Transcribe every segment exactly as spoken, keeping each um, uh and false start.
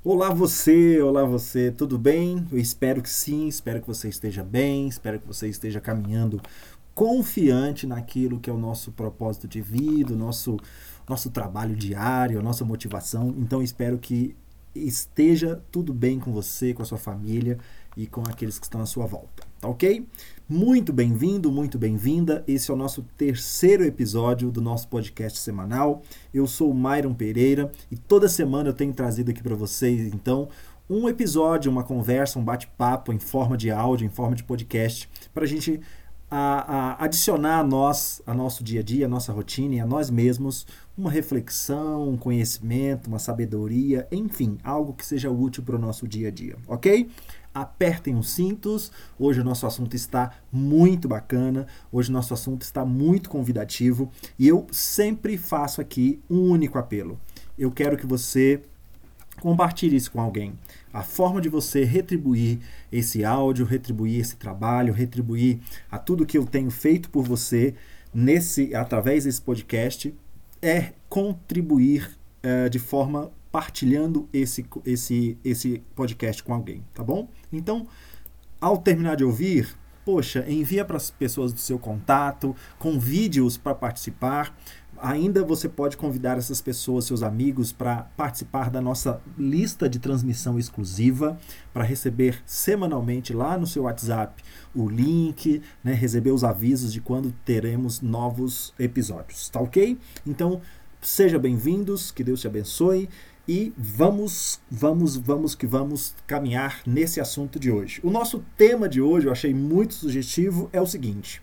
Olá você, olá você, tudo bem? Eu espero que sim, espero que você esteja bem, espero que você esteja caminhando confiante naquilo que é o nosso propósito de vida, o nosso, nosso trabalho diário, a nossa motivação. Então espero que esteja tudo bem com você, com a sua família e com aqueles que estão à sua volta, tá ok? Muito bem-vindo, muito bem-vinda. Esse é o nosso terceiro episódio do nosso podcast semanal. Eu sou o Myron Pereira e toda semana eu tenho trazido aqui para vocês, então, um episódio, uma conversa, um bate-papo em forma de áudio, em forma de podcast, para a gente a, a adicionar a nós, a nosso dia a dia, a nossa rotina e a nós mesmos uma reflexão, um conhecimento, uma sabedoria, enfim, algo que seja útil para o nosso dia a dia, ok? Apertem os cintos, hoje o nosso assunto está muito bacana, hoje o nosso assunto está muito convidativo e eu sempre faço aqui um único apelo. Eu quero que você compartilhe isso com alguém. A forma de você retribuir esse áudio, retribuir esse trabalho, retribuir a tudo que eu tenho feito por você nesse, através desse podcast é contribuir uh, de forma partilhando esse, esse, esse podcast com alguém, tá bom? Então, ao terminar de ouvir, poxa, envia para as pessoas do seu contato, convide-os para participar. Ainda você pode convidar essas pessoas, seus amigos, para participar da nossa lista de transmissão exclusiva, para receber semanalmente lá no seu WhatsApp o link, né, receber os avisos de quando teremos novos episódios, tá ok? Então, seja bem-vindos, que Deus te abençoe. E vamos, vamos, vamos que vamos caminhar nesse assunto de hoje. O nosso tema de hoje, eu achei muito sugestivo, é o seguinte: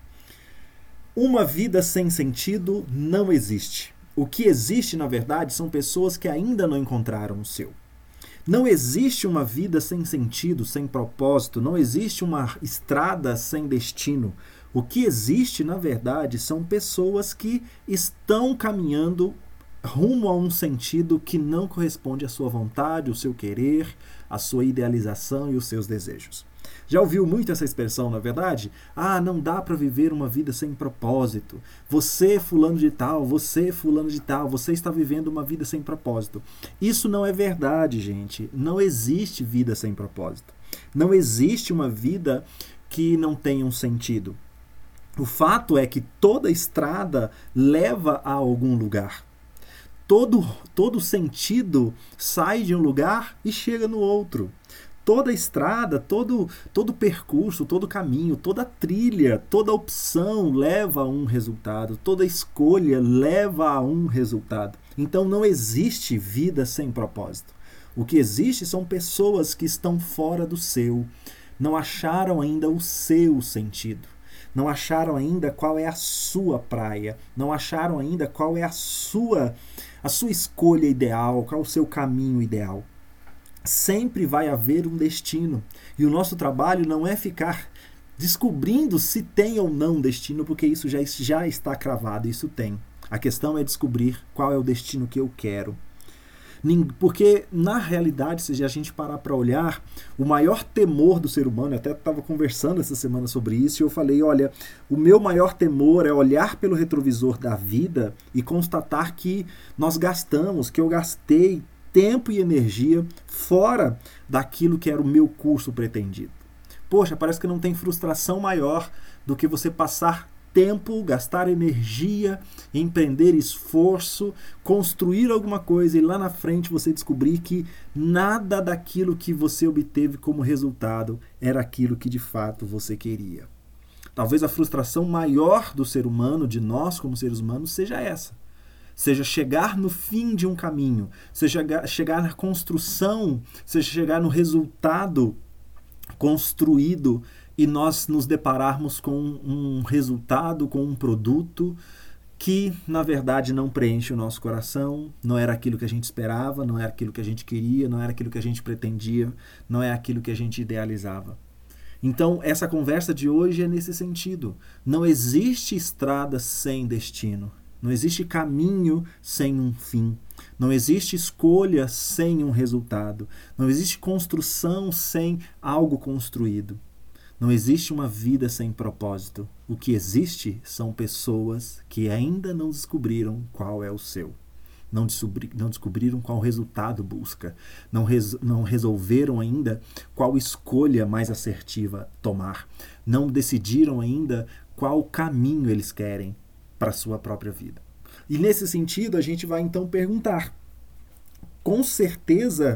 uma vida sem sentido não existe. O que existe, na verdade, são pessoas que ainda não encontraram o seu. Não existe uma vida sem sentido, sem propósito, não existe uma estrada sem destino. O que existe, na verdade, são pessoas que estão caminhando rumo a um sentido que não corresponde à sua vontade, o seu querer, a sua idealização e os seus desejos. Já ouviu muito essa expressão, na verdade? Ah, não dá para viver uma vida sem propósito. Você, fulano de tal, você, fulano de tal, você está vivendo uma vida sem propósito. Isso não é verdade, gente. Não existe vida sem propósito. Não existe uma vida que não tenha um sentido. O fato é que toda estrada leva a algum lugar. Todo, todo sentido sai de um lugar e chega no outro. Toda estrada, todo, todo percurso, todo caminho, toda trilha, toda opção leva a um resultado. Toda escolha leva a um resultado. Então não existe vida sem propósito. O que existe são pessoas que estão fora do seu, não acharam ainda o seu sentido. Não acharam ainda qual é a sua praia, não acharam ainda qual é a sua, a sua escolha ideal, qual é o seu caminho ideal. Sempre vai haver um destino. E o nosso trabalho não é ficar descobrindo se tem ou não destino, porque isso já, já está cravado, isso tem. A questão é descobrir qual é o destino que eu quero. Porque, na realidade, se a gente parar para olhar, o maior temor do ser humano, eu até estava conversando essa semana sobre isso, e eu falei, olha, o meu maior temor é olhar pelo retrovisor da vida e constatar que nós gastamos, que eu gastei tempo e energia fora daquilo que era o meu curso pretendido. Poxa, parece que não tem frustração maior do que você passar tempo, gastar energia, empreender esforço, construir alguma coisa e lá na frente você descobrir que nada daquilo que você obteve como resultado era aquilo que de fato você queria. Talvez a frustração maior do ser humano, de nós como seres humanos, seja essa. Seja chegar no fim de um caminho, seja chegar na construção, seja chegar no resultado construído e nós nos depararmos com um resultado, com um produto que, na verdade, não preenche o nosso coração, não era aquilo que a gente esperava, não era aquilo que a gente queria, não era aquilo que a gente pretendia, não é aquilo que a gente idealizava. Então, essa conversa de hoje é nesse sentido. Não existe estrada sem destino. Não existe caminho sem um fim. Não existe escolha sem um resultado. Não existe construção sem algo construído. Não existe uma vida sem propósito. O que existe são pessoas que ainda não descobriram qual é o seu. não, descobri, não descobriram qual resultado busca, não, res, não resolveram ainda qual escolha mais assertiva tomar, não decidiram ainda qual caminho eles querem para a sua própria vida. E nesse sentido, a gente vai então perguntar, com certeza,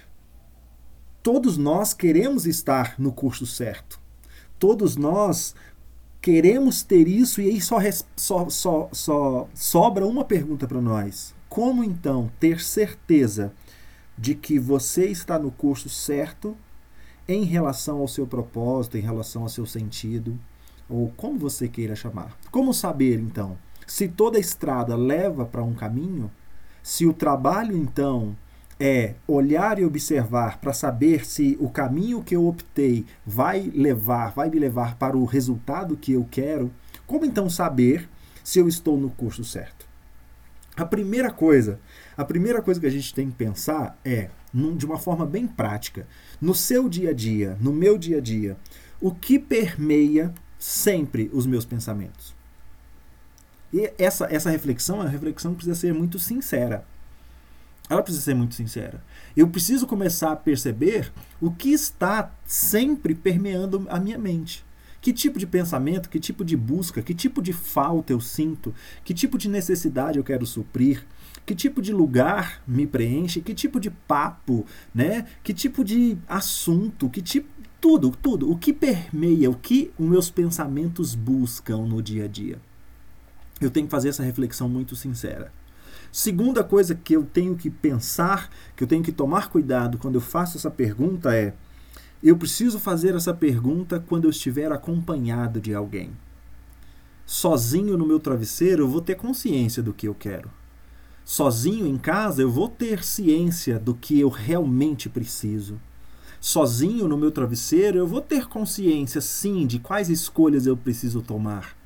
todos nós queremos estar no curso certo. Todos nós queremos ter isso e aí só, só, só, só sobra uma pergunta para nós. Como então ter certeza de que você está no curso certo em relação ao seu propósito, em relação ao seu sentido, ou como você queira chamar? Como saber então? Se toda a estrada leva para um caminho, se o trabalho então é olhar e observar para saber se o caminho que eu optei vai levar, vai me levar para o resultado que eu quero, como então saber se eu estou no curso certo? A primeira coisa, a primeira coisa que a gente tem que pensar é, num, de uma forma bem prática, no seu dia a dia, no meu dia a dia, o que permeia sempre os meus pensamentos? E essa, essa reflexão é uma reflexão que precisa ser muito sincera. Ela precisa ser muito sincera. Eu preciso começar a perceber o que está sempre permeando a minha mente. Que tipo de pensamento, que tipo de busca, que tipo de falta eu sinto, que tipo de necessidade eu quero suprir, que tipo de lugar me preenche, que tipo de papo, né? Que tipo de assunto, que tipo... Tudo, tudo. O que permeia, o que os meus pensamentos buscam no dia a dia. Eu tenho que fazer essa reflexão muito sincera. Segunda coisa que eu tenho que pensar, que eu tenho que tomar cuidado quando eu faço essa pergunta é: eu preciso fazer essa pergunta quando eu estiver acompanhado de alguém. Sozinho no meu travesseiro, eu vou ter consciência do que eu quero. Sozinho em casa, eu vou ter ciência do que eu realmente preciso. Sozinho no meu travesseiro, eu vou ter consciência, sim, de quais escolhas eu preciso tomar.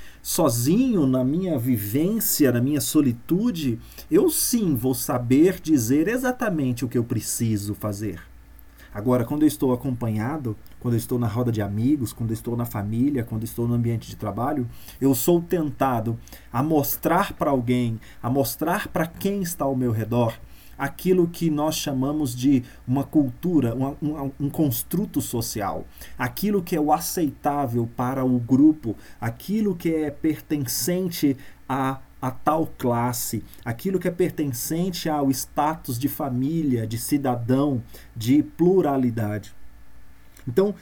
Sozinho, na minha vivência, na minha solitude, eu sim vou saber dizer exatamente o que eu preciso fazer. Agora, quando eu estou acompanhado, quando eu estou na roda de amigos, quando eu estou na família, quando eu estou no ambiente de trabalho, eu sou tentado a mostrar para alguém, a mostrar para quem está ao meu redor, aquilo que nós chamamos de uma cultura, um, um, um construto social, aquilo que é o aceitável para o grupo, aquilo que é pertencente a, a tal classe, aquilo que é pertencente ao status de família, de cidadão, de pluralidade. Então,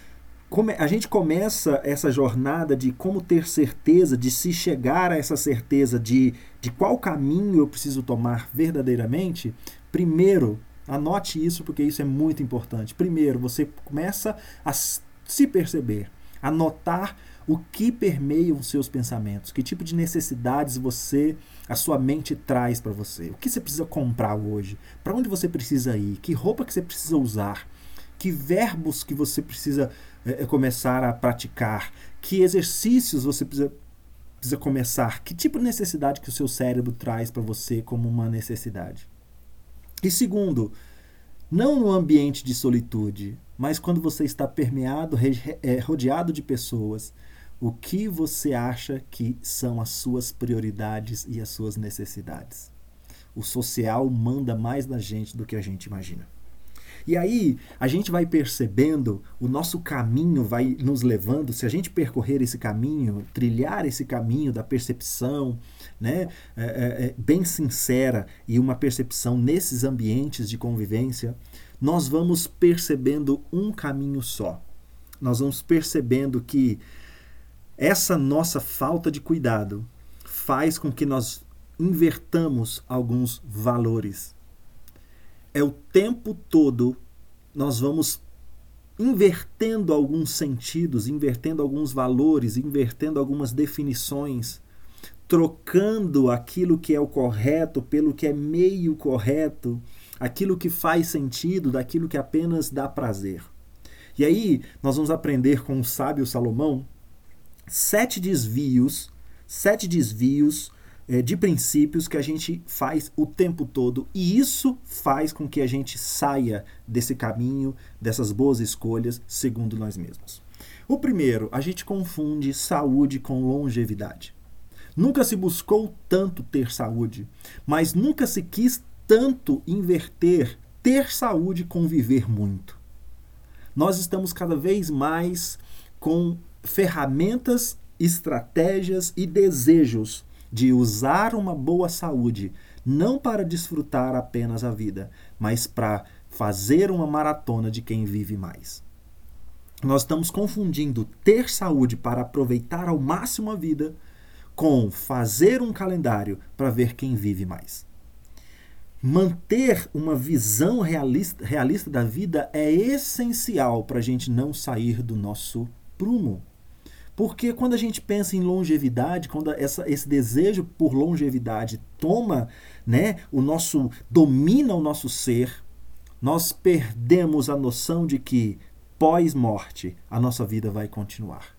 a gente começa essa jornada de como ter certeza, de se chegar a essa certeza de, de qual caminho eu preciso tomar verdadeiramente. Primeiro, anote isso porque isso é muito importante. Primeiro, você começa a se perceber, a notar o que permeia os seus pensamentos, que tipo de necessidades você, a sua mente traz para você, o que você precisa comprar hoje, para onde você precisa ir, que roupa que você precisa usar, que verbos que você precisa é, começar a praticar, que exercícios você precisa, precisa começar, que tipo de necessidade que o seu cérebro traz para você como uma necessidade. E segundo, não no ambiente de solitude, mas quando você está permeado, rodeado de pessoas, o que você acha que são as suas prioridades e as suas necessidades. O social manda mais na gente do que a gente imagina. E aí, a gente vai percebendo, o nosso caminho vai nos levando, se a gente percorrer esse caminho, trilhar esse caminho da percepção, né, é, é, bem sincera e uma percepção nesses ambientes de convivência, nós vamos percebendo um caminho só. Nós vamos percebendo que essa nossa falta de cuidado faz com que nós invertamos alguns valores. É o tempo todo nós vamos invertendo alguns sentidos, invertendo alguns valores, invertendo algumas definições, trocando aquilo que é o correto pelo que é meio correto, aquilo que faz sentido daquilo que apenas dá prazer. E aí nós vamos aprender com o sábio Salomão sete desvios, sete desvios de princípios que a gente faz o tempo todo, e isso faz com que a gente saia desse caminho, dessas boas escolhas, segundo nós mesmos. O primeiro, a gente confunde saúde com longevidade. Nunca se buscou tanto ter saúde, mas nunca se quis tanto inverter ter saúde com viver muito. Nós estamos cada vez mais com ferramentas, estratégias e desejos de usar uma boa saúde, não para desfrutar apenas a vida, mas para fazer uma maratona de quem vive mais. Nós estamos confundindo ter saúde para aproveitar ao máximo a vida com fazer um calendário para ver quem vive mais. Manter uma visão realista, realista da vida é essencial para a gente não sair do nosso prumo. Porque quando a gente pensa em longevidade, quando essa, esse desejo por longevidade toma, né, o nosso, domina o nosso ser, nós perdemos a noção de que pós-morte a nossa vida vai continuar.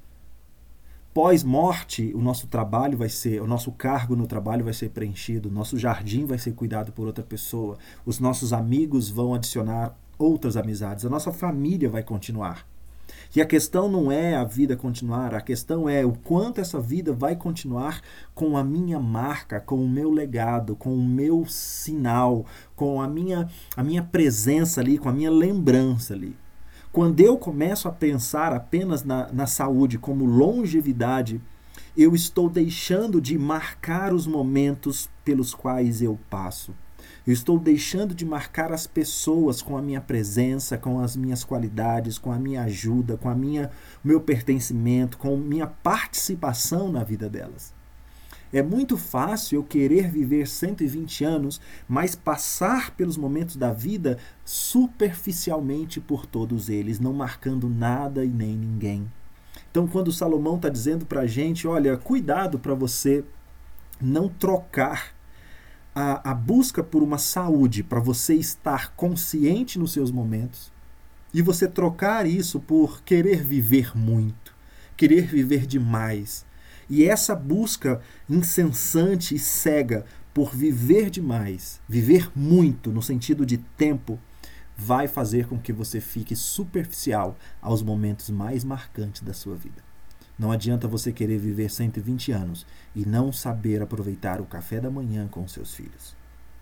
Pós-morte, o nosso trabalho vai ser, o nosso cargo no trabalho vai ser preenchido, o nosso jardim vai ser cuidado por outra pessoa, os nossos amigos vão adicionar outras amizades, a nossa família vai continuar. E a questão não é a vida continuar, a questão é o quanto essa vida vai continuar com a minha marca, com o meu legado, com o meu sinal, com a minha, a minha presença ali, com a minha lembrança ali. Quando eu começo a pensar apenas na, na saúde como longevidade, eu estou deixando de marcar os momentos pelos quais eu passo. Eu estou deixando de marcar as pessoas com a minha presença, com as minhas qualidades, com a minha ajuda, com a minha meu pertencimento, com a minha participação na vida delas. É muito fácil eu querer viver cento e vinte anos, mas passar pelos momentos da vida superficialmente por todos eles, não marcando nada e nem ninguém. Então, quando Salomão está dizendo para a gente, olha, cuidado para você não trocar A, a busca por uma saúde, para você estar consciente nos seus momentos, e você trocar isso por querer viver muito, querer viver demais. E essa busca incessante e cega por viver demais, viver muito no sentido de tempo, vai fazer com que você fique superficial aos momentos mais marcantes da sua vida. Não adianta você querer viver cento e vinte anos e não saber aproveitar o café da manhã com seus filhos.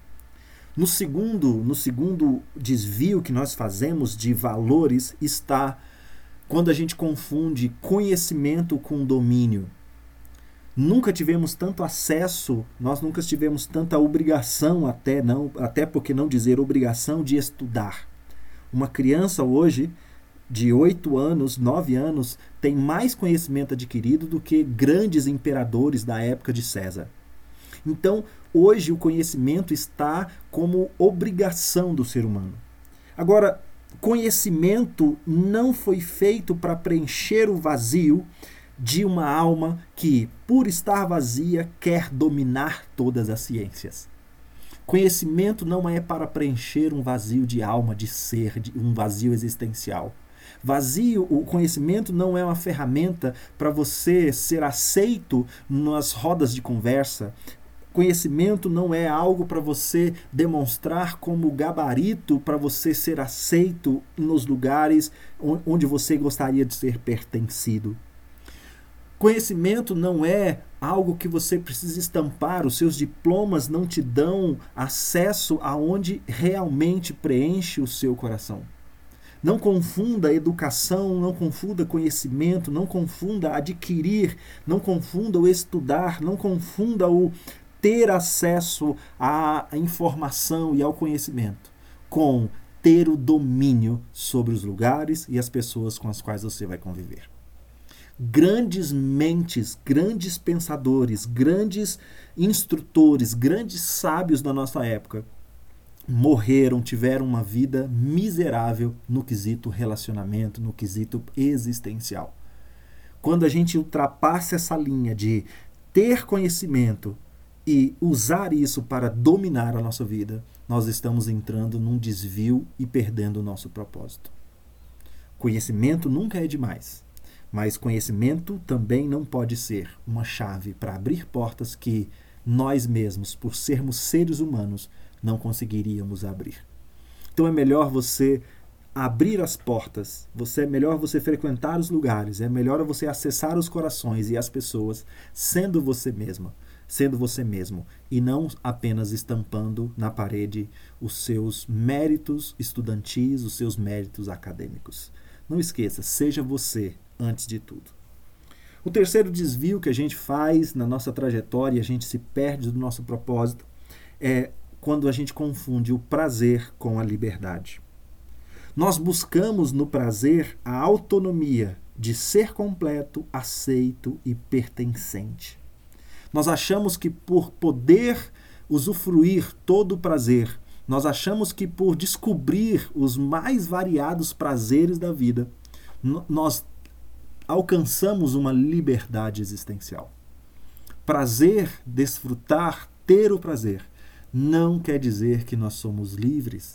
No segundo, no segundo desvio que nós fazemos de valores está quando a gente confunde conhecimento com domínio. Nunca tivemos tanto acesso, nós nunca tivemos tanta obrigação, até, não, até porque não dizer obrigação, de estudar. Uma criança hoje de oito anos, nove anos, tem mais conhecimento adquirido do que grandes imperadores da época de César. Então, hoje o conhecimento está como obrigação do ser humano. Agora, conhecimento não foi feito para preencher o vazio de uma alma que, por estar vazia, quer dominar todas as ciências. Conhecimento não é para preencher um vazio de alma, de ser, de um vazio existencial. Vazio, o conhecimento não é uma ferramenta para você ser aceito nas rodas de conversa. Conhecimento não é algo para você demonstrar como gabarito para você ser aceito nos lugares onde você gostaria de ser pertencido. Conhecimento não é algo que você precisa estampar, os seus diplomas não te dão acesso aonde realmente preenche o seu coração. Não confunda educação, não confunda conhecimento, não confunda adquirir, não confunda o estudar, não confunda o ter acesso à informação e ao conhecimento com ter o domínio sobre os lugares e as pessoas com as quais você vai conviver. Grandes mentes, grandes pensadores, grandes instrutores, grandes sábios da nossa época morreram, tiveram uma vida miserável no quesito relacionamento, no quesito existencial. Quando a gente ultrapassa essa linha de ter conhecimento e usar isso para dominar a nossa vida, nós estamos entrando num desvio e perdendo o nosso propósito. Conhecimento nunca é demais, mas conhecimento também não pode ser uma chave para abrir portas que nós mesmos, por sermos seres humanos, não conseguiríamos abrir. Então é melhor você abrir as portas, você, é melhor você frequentar os lugares, é melhor você acessar os corações e as pessoas sendo você mesma, sendo você mesmo, e não apenas estampando na parede os seus méritos estudantis, os seus méritos acadêmicos. Não esqueça, seja você antes de tudo. O terceiro desvio que a gente faz na nossa trajetória e a gente se perde do nosso propósito é quando a gente confunde o prazer com a liberdade. Nós buscamos no prazer a autonomia de ser completo, aceito e pertencente. Nós achamos que por poder usufruir todo o prazer, nós achamos que por descobrir os mais variados prazeres da vida, nós alcançamos uma liberdade existencial. Prazer, desfrutar, ter o prazer, não quer dizer que nós somos livres.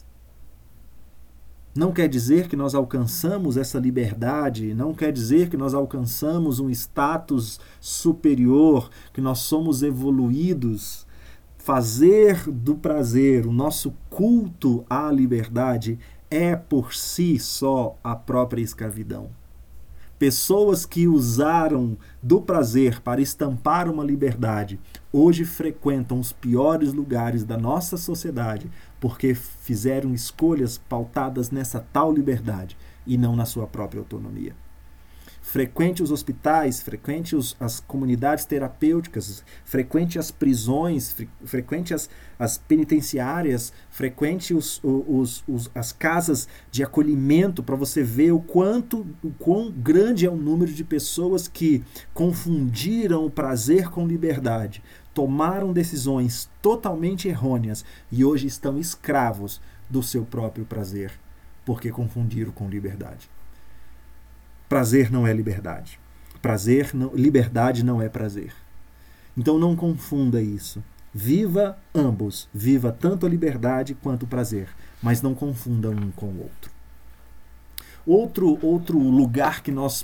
Não quer dizer que nós alcançamos essa liberdade, não quer dizer que nós alcançamos um status superior, que nós somos evoluídos. Fazer do prazer o nosso culto à liberdade é por si só a própria escravidão. Pessoas que usaram do prazer para estampar uma liberdade, hoje frequentam os piores lugares da nossa sociedade porque fizeram escolhas pautadas nessa tal liberdade e não na sua própria autonomia. Frequente os hospitais, frequente os, as comunidades terapêuticas, frequente as prisões, fre, frequente as, as penitenciárias, frequente os, os, os, as casas de acolhimento para você ver o quanto, o quão grande é o número de pessoas que confundiram o prazer com liberdade, tomaram decisões totalmente errôneas e hoje estão escravos do seu próprio prazer, porque confundiram com liberdade. Prazer não é liberdade. Prazer não, liberdade não é prazer. Então não confunda isso. Viva ambos. Viva tanto a liberdade quanto o prazer, mas não confunda um com o outro. Outro, outro lugar que nós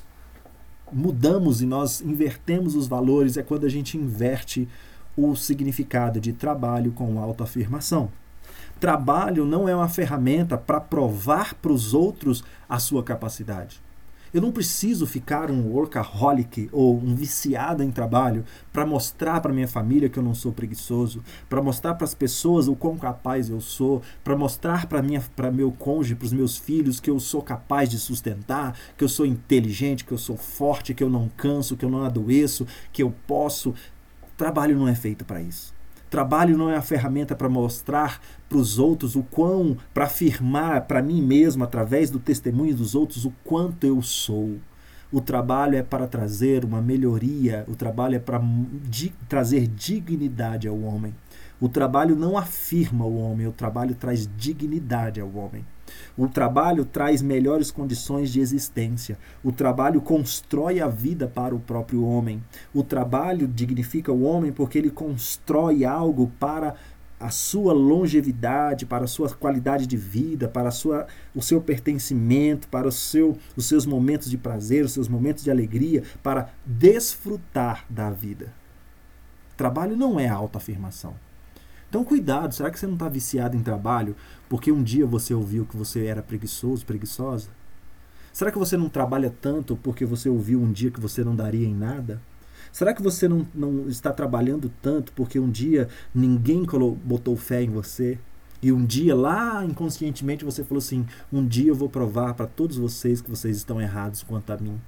mudamos e nós invertemos os valores é quando a gente inverte o significado de trabalho com autoafirmação. Trabalho não é uma ferramenta para provar para os outros a sua capacidade. Eu não preciso ficar um workaholic ou um viciado em trabalho para mostrar para minha família que eu não sou preguiçoso, para mostrar para as pessoas o quão capaz eu sou, para mostrar para minha, para meu cônjuge, para os meus filhos que eu sou capaz de sustentar, que eu sou inteligente, que eu sou forte, que eu não canso, que eu não adoeço, que eu posso. Trabalho não é feito para isso. Trabalho não é a ferramenta para mostrar para os outros o quão, para afirmar para mim mesmo, através do testemunho dos outros, o quanto eu sou. O trabalho é para trazer uma melhoria, o trabalho é para di- trazer dignidade ao homem. O trabalho não afirma o homem, o trabalho traz dignidade ao homem. O trabalho traz melhores condições de existência. O trabalho constrói a vida para o próprio homem. O trabalho dignifica o homem porque ele constrói algo para a sua longevidade, para a sua qualidade de vida, para a sua, o seu pertencimento, para o seu, os seus momentos de prazer, os seus momentos de alegria, para desfrutar da vida. Trabalho não é autoafirmação. Então cuidado, será que você não está viciado em trabalho porque um dia você ouviu que você era preguiçoso, preguiçosa? Será que você não trabalha tanto porque você ouviu um dia que você não daria em nada? Será que você não, não está trabalhando tanto porque um dia ninguém colou, botou fé em você? E um dia lá inconscientemente você falou assim, um dia eu vou provar para todos vocês que vocês estão errados quanto a mim.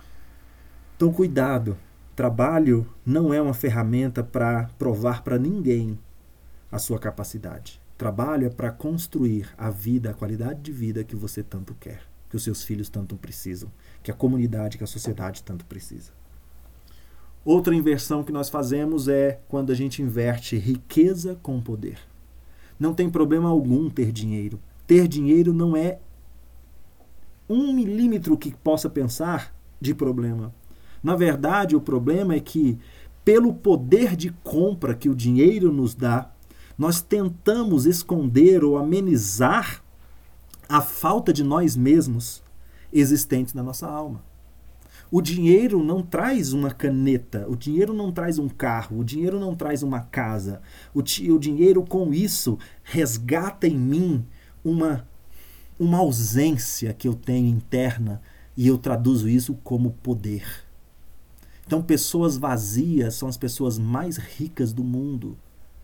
Então cuidado, trabalho não é uma ferramenta para provar para ninguém a sua capacidade. Trabalho é para construir a vida, a qualidade de vida que você tanto quer, que os seus filhos tanto precisam, que a comunidade, que a sociedade tanto precisa. Outra inversão que nós fazemos é quando a gente inverte riqueza com poder. Não tem problema algum ter dinheiro. Ter dinheiro não é um milímetro que possa pensar de problema. Na verdade, o problema é que, pelo poder de compra que o dinheiro nos dá, nós tentamos esconder ou amenizar a falta de nós mesmos existente na nossa alma. O dinheiro não traz uma caneta, o dinheiro não traz um carro, o dinheiro não traz uma casa. O, o dinheiro, com isso, resgata em mim uma uma ausência que eu tenho interna e eu traduzo isso como poder. Então, pessoas vazias são as pessoas mais ricas do mundo.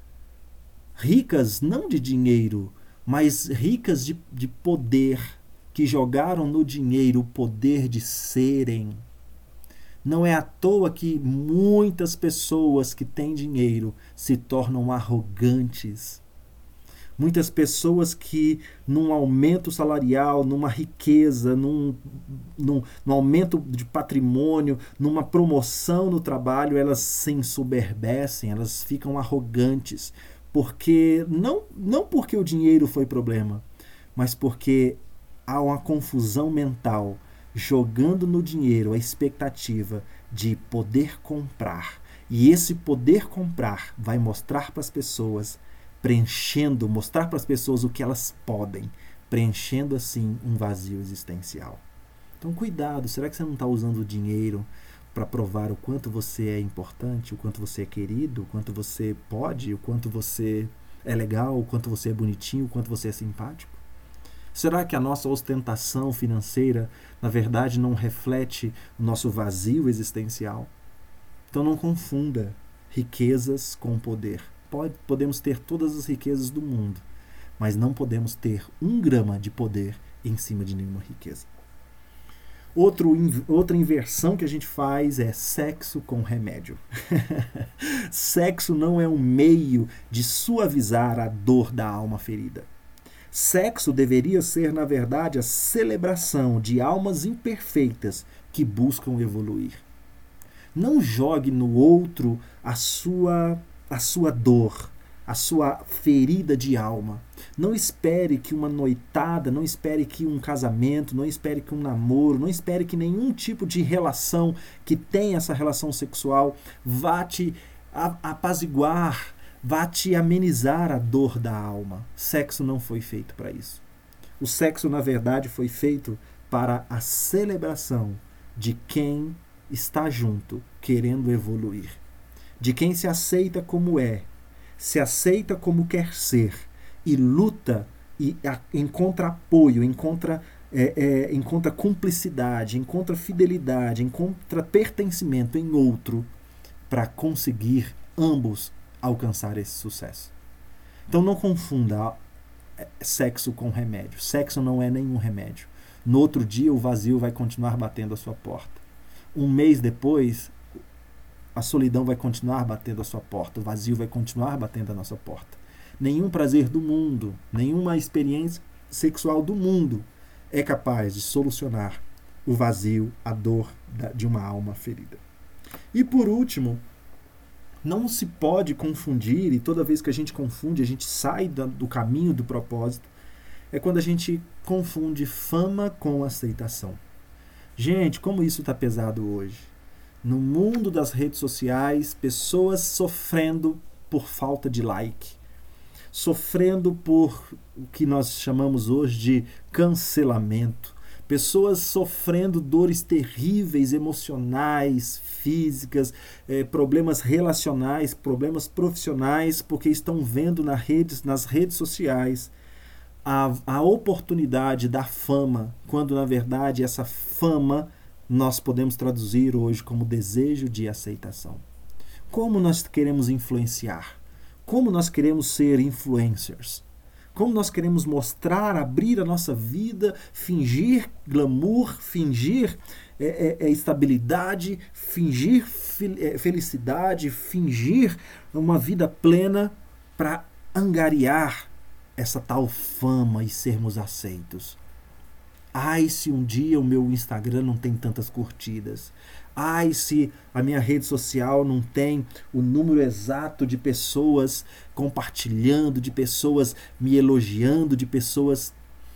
Ricas não de dinheiro, mas ricas de, de poder, que jogaram no dinheiro o poder de serem. Não é à toa que muitas pessoas que têm dinheiro se tornam arrogantes. Muitas pessoas que, num aumento salarial, numa riqueza, num, num, num aumento de patrimônio, numa promoção no trabalho, elas se ensoberbecem, elas ficam arrogantes. Porque, não, não porque o dinheiro foi problema, mas porque há uma confusão mental, jogando no dinheiro a expectativa de poder comprar. E esse poder comprar vai mostrar para as pessoas, preenchendo, mostrar para as pessoas o que elas podem, preenchendo assim um vazio existencial. Então cuidado, será que você não está usando o dinheiro para provar o quanto você é importante, o quanto você é querido, o quanto você pode, o quanto você é legal, o quanto você é bonitinho, o quanto você é simpático? Será que a nossa ostentação financeira, na verdade, não reflete o nosso vazio existencial? Então não confunda riquezas com poder. Pode, podemos ter todas as riquezas do mundo, mas não podemos ter um grama de poder em cima de nenhuma riqueza. Outro, outra inversão que a gente faz é sexo com remédio. Sexo não é um meio de suavizar a dor da alma ferida. Sexo deveria ser, na verdade, a celebração de almas imperfeitas que buscam evoluir. Não jogue no outro a sua, a sua dor, a sua ferida de alma. Não espere que uma noitada, não espere que um casamento, não espere que um namoro, não espere que nenhum tipo de relação que tenha essa relação sexual vá te apaziguar, vá te amenizar a dor da alma. Sexo não foi feito para isso. O sexo, na verdade, foi feito para a celebração de quem está junto, querendo evoluir. De quem se aceita como é, se aceita como quer ser e luta e a, encontra apoio, encontra, é, é, encontra cumplicidade, encontra fidelidade, encontra pertencimento em outro para conseguir ambos alcançar esse sucesso. Então não confunda sexo com remédio. Sexo não é nenhum remédio. No outro dia o vazio vai continuar batendo a sua porta. Um mês depois, a solidão vai continuar batendo a sua porta, o vazio vai continuar batendo a nossa porta. Nenhum prazer do mundo, nenhuma experiência sexual do mundo é capaz de solucionar o vazio, a dor de uma alma ferida. E por último, não se pode confundir, e toda vez que a gente confunde, a gente sai do caminho do propósito, é quando a gente confunde fama com aceitação. Gente, como isso está pesado hoje. No mundo das redes sociais, pessoas sofrendo por falta de like, sofrendo por o que nós chamamos hoje de cancelamento, pessoas sofrendo dores terríveis, emocionais, físicas, eh, problemas relacionais, problemas profissionais, porque estão vendo na redes, nas redes sociais a, a oportunidade da fama, quando na verdade essa fama nós podemos traduzir hoje como desejo de aceitação. Como nós queremos influenciar? Como nós queremos ser influencers? Como nós queremos mostrar, abrir a nossa vida, fingir glamour, fingir é, é, estabilidade, fingir felicidade, fingir uma vida plena para angariar essa tal fama e sermos aceitos. Ai, se um dia o meu Instagram não tem tantas curtidas. Ai, se a minha rede social não tem o número exato de pessoas compartilhando, de pessoas me elogiando, de pessoas...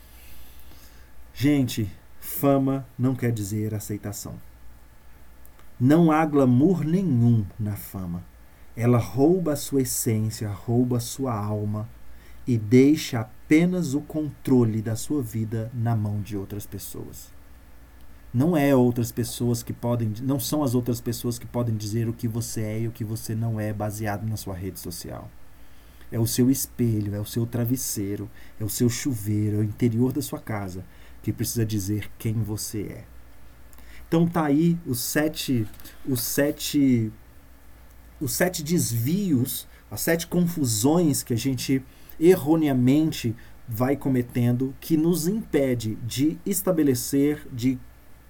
Gente, fama não quer dizer aceitação. Não há glamour nenhum na fama. Ela rouba a sua essência, rouba a sua alma e deixa apenas o controle da sua vida na mão de outras pessoas. Não é outras pessoas que podem, não são as outras pessoas que podem dizer o que você é e o que você não é baseado na sua rede social. É o seu espelho, é o seu travesseiro, é o seu chuveiro, é o interior da sua casa que precisa dizer quem você é. Então tá aí os sete, os sete, os sete desvios, as sete confusões que a gente erroneamente vai cometendo, que nos impede de estabelecer, de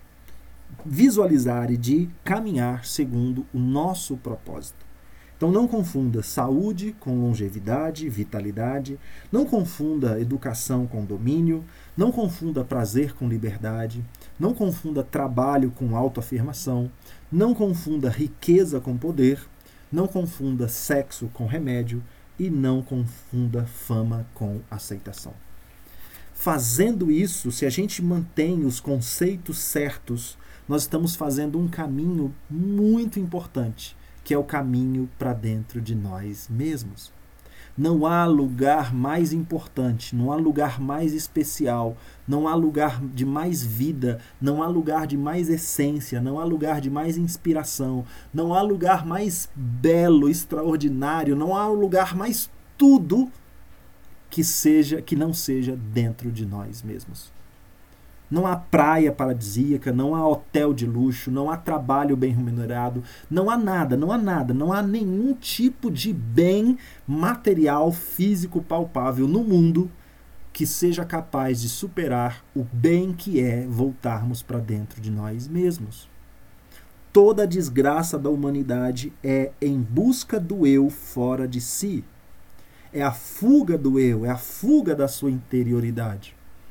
visualizar e de caminhar segundo o nosso propósito. Então não confunda saúde com longevidade, vitalidade, não confunda educação com domínio, não confunda prazer com liberdade, não confunda trabalho com autoafirmação, não confunda riqueza com poder, não confunda sexo com remédio e não confunda fama com aceitação. Fazendo isso, se a gente mantém os conceitos certos, nós estamos fazendo um caminho muito importante, que é o caminho para dentro de nós mesmos. Não há lugar mais importante, não há lugar mais especial, não há lugar de mais vida, não há lugar de mais essência, não há lugar de mais inspiração, não há lugar mais belo, extraordinário, não há lugar mais tudo que seja, que não seja dentro de nós mesmos. Não há praia paradisíaca, não há hotel de luxo, não há trabalho bem remunerado, não há nada, não há nada, não há nenhum tipo de bem material, físico, palpável no mundo que seja capaz de superar o bem que é voltarmos para dentro de nós mesmos. Toda a desgraça da humanidade é em busca do eu fora de si. É a fuga do eu, é a fuga da sua interioridade.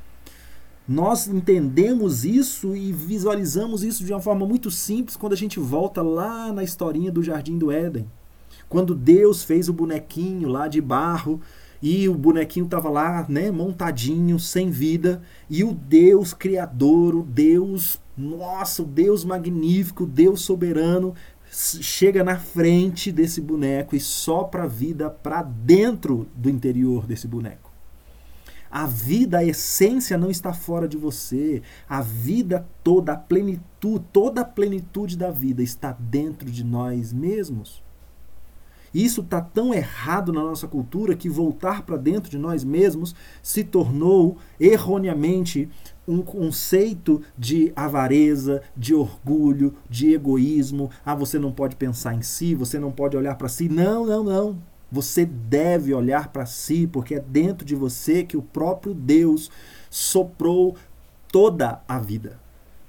Nós entendemos isso e visualizamos isso de uma forma muito simples quando a gente volta lá na historinha do Jardim do Éden. Quando Deus fez o bonequinho lá de barro e o bonequinho estava lá, né, montadinho, sem vida, e o Deus criador, o Deus, nossa, o Deus magnífico, o Deus soberano, chega na frente desse boneco e sopra a vida para dentro do interior desse boneco. A vida, a essência não está fora de você. A vida toda, a plenitude, toda a plenitude da vida está dentro de nós mesmos. Isso está tão errado na nossa cultura que voltar para dentro de nós mesmos se tornou erroneamente um conceito de avareza, de orgulho, de egoísmo. Ah, você não pode pensar em si, você não pode olhar para si. Não, não, não. Você deve olhar para si, porque é dentro de você que o próprio Deus soprou toda a vida.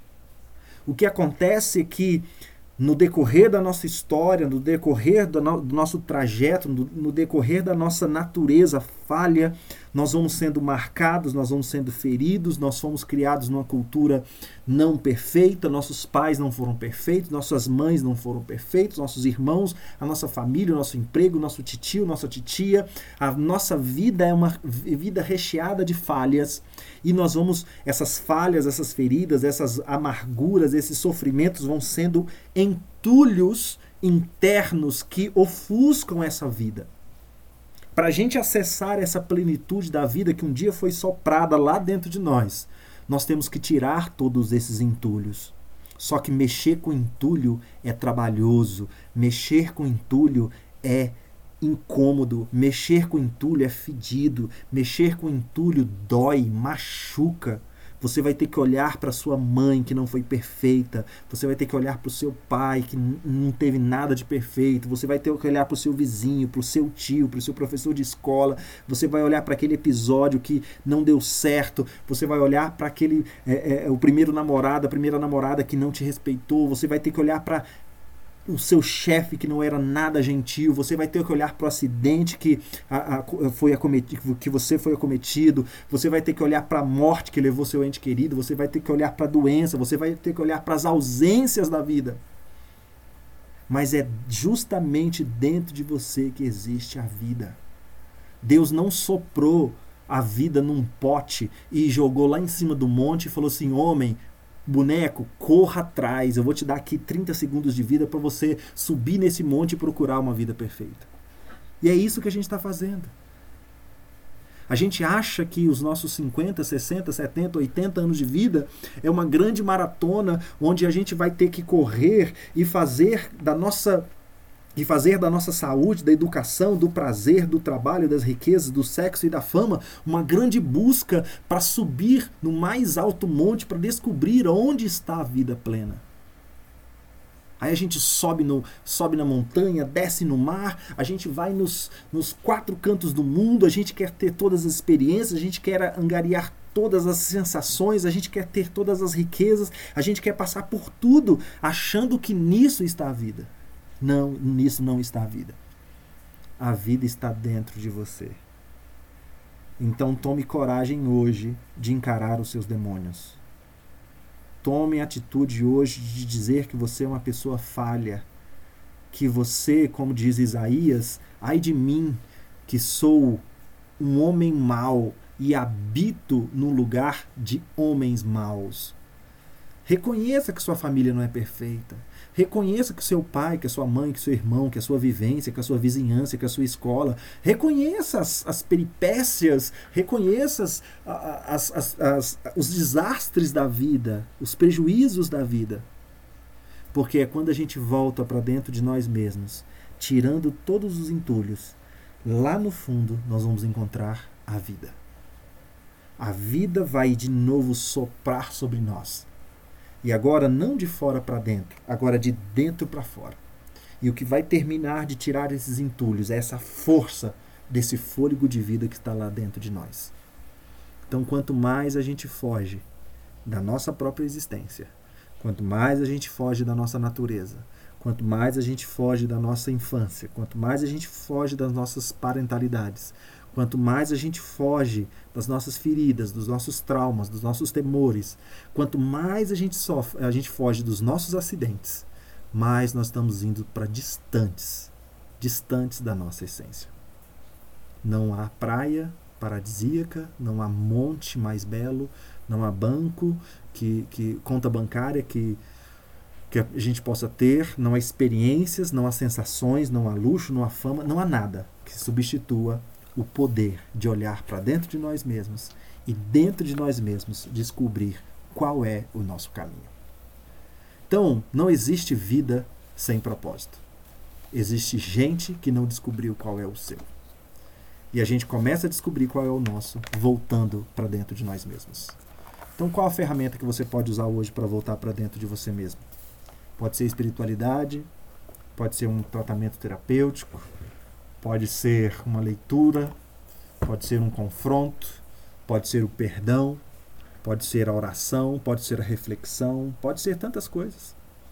O que acontece é que no decorrer da nossa história, no decorrer do, no, do nosso trajeto, no, no decorrer da nossa natureza falha, nós vamos sendo marcados, nós vamos sendo feridos, nós fomos criados numa cultura não perfeita, nossos pais não foram perfeitos, nossas mães não foram perfeitos, nossos irmãos, a nossa família, o nosso emprego, nosso titio, nossa titia, a nossa vida é uma vida recheada de falhas e nós vamos, essas falhas, essas feridas, essas amarguras, esses sofrimentos vão sendo entulhos internos que ofuscam essa vida. Para a gente acessar essa plenitude da vida que um dia foi soprada lá dentro de nós, nós temos que tirar todos esses entulhos. Só que mexer com entulho é trabalhoso, mexer com entulho é incômodo, mexer com entulho é fedido, mexer com entulho dói, machuca. Você vai ter que olhar para sua mãe que não foi perfeita, você vai ter que olhar para o seu pai que n- não teve nada de perfeito, você vai ter que olhar para o seu vizinho, para o seu tio, para o seu professor de escola, você vai olhar para aquele episódio que não deu certo, você vai olhar para aquele é, é, o primeiro namorado, a primeira namorada que não te respeitou, você vai ter que olhar para o seu chefe que não era nada gentil, você vai ter que olhar para o acidente que, a, a, foi acometido, que você foi acometido, você vai ter que olhar para a morte que levou seu ente querido, você vai ter que olhar para a doença, você vai ter que olhar para as ausências da vida. Mas é justamente dentro de você que existe a vida. Deus não soprou a vida num pote e jogou lá em cima do monte e falou assim, homem, boneco, corra atrás, eu vou te dar aqui trinta segundos de vida para você subir nesse monte e procurar uma vida perfeita. E é isso que a gente está fazendo. A gente acha que os nossos cinquenta, sessenta, setenta, oitenta anos de vida é uma grande maratona onde a gente vai ter que correr e fazer da nossa e fazer da nossa saúde, da educação, do prazer, do trabalho, das riquezas, do sexo e da fama uma grande busca para subir no mais alto monte, para descobrir onde está a vida plena. Aí a gente sobe, no, sobe na montanha, desce no mar, a gente vai nos, nos quatro cantos do mundo, a gente quer ter todas as experiências, a gente quer angariar todas as sensações, a gente quer ter todas as riquezas, a gente quer passar por tudo, achando que nisso está a vida. Não, nisso não está a vida. A vida está dentro de você. Então tome coragem hoje de encarar os seus demônios. Tome a atitude hoje de dizer que você é uma pessoa falha. Que você, como diz Isaías, ai de mim, que sou um homem mau e habito no lugar de homens maus. Reconheça que sua família não é perfeita. Reconheça que seu pai, que a sua mãe, que seu irmão, que a sua vivência, que a sua vizinhança, que a sua escola. Reconheça as, as peripécias, reconheça as, as, as, as, os desastres da vida, os prejuízos da vida. Porque é quando a gente volta para dentro de nós mesmos, tirando todos os entulhos, lá no fundo nós vamos encontrar a vida. A vida vai de novo soprar sobre nós. E agora não de fora para dentro, agora de dentro para fora. E o que vai terminar de tirar esses entulhos é essa força desse fôlego de vida que está lá dentro de nós. Então, quanto mais a gente foge da nossa própria existência, quanto mais a gente foge da nossa natureza, quanto mais a gente foge da nossa infância, quanto mais a gente foge das nossas parentalidades, quanto mais a gente foge das nossas feridas, dos nossos traumas, dos nossos temores, quanto mais a gente sofre, a gente foge dos nossos acidentes, mais nós estamos indo para distantes, distantes da nossa essência. Não há praia paradisíaca, não há monte mais belo, não há banco, que, que conta bancária que, que a gente possa ter, não há experiências, não há sensações, não há luxo, não há fama, não há nada que substitua o poder de olhar para dentro de nós mesmos e dentro de nós mesmos descobrir qual é o nosso caminho. Então, não existe vida sem propósito. Existe gente que não descobriu qual é o seu. E a gente começa a descobrir qual é o nosso voltando para dentro de nós mesmos. Então, qual a ferramenta que você pode usar hoje para voltar para dentro de você mesmo? Pode ser espiritualidade, pode ser um tratamento terapêutico, pode ser uma leitura, pode ser um confronto, pode ser o perdão, pode ser a oração, pode ser a reflexão, pode ser tantas coisas.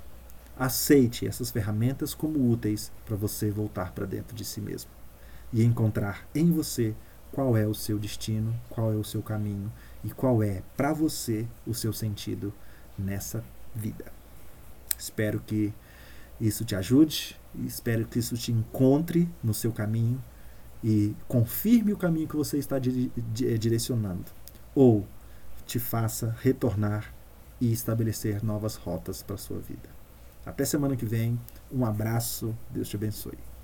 Aceite essas ferramentas como úteis para você voltar para dentro de si mesmo e encontrar em você qual é o seu destino, qual é o seu caminho e qual é para você o seu sentido nessa vida. Espero que isso te ajude, espero que isso te encontre no seu caminho e confirme o caminho que você está dire- direcionando, ou te faça retornar e estabelecer novas rotas para a sua vida. Até semana que vem, um abraço, Deus te abençoe.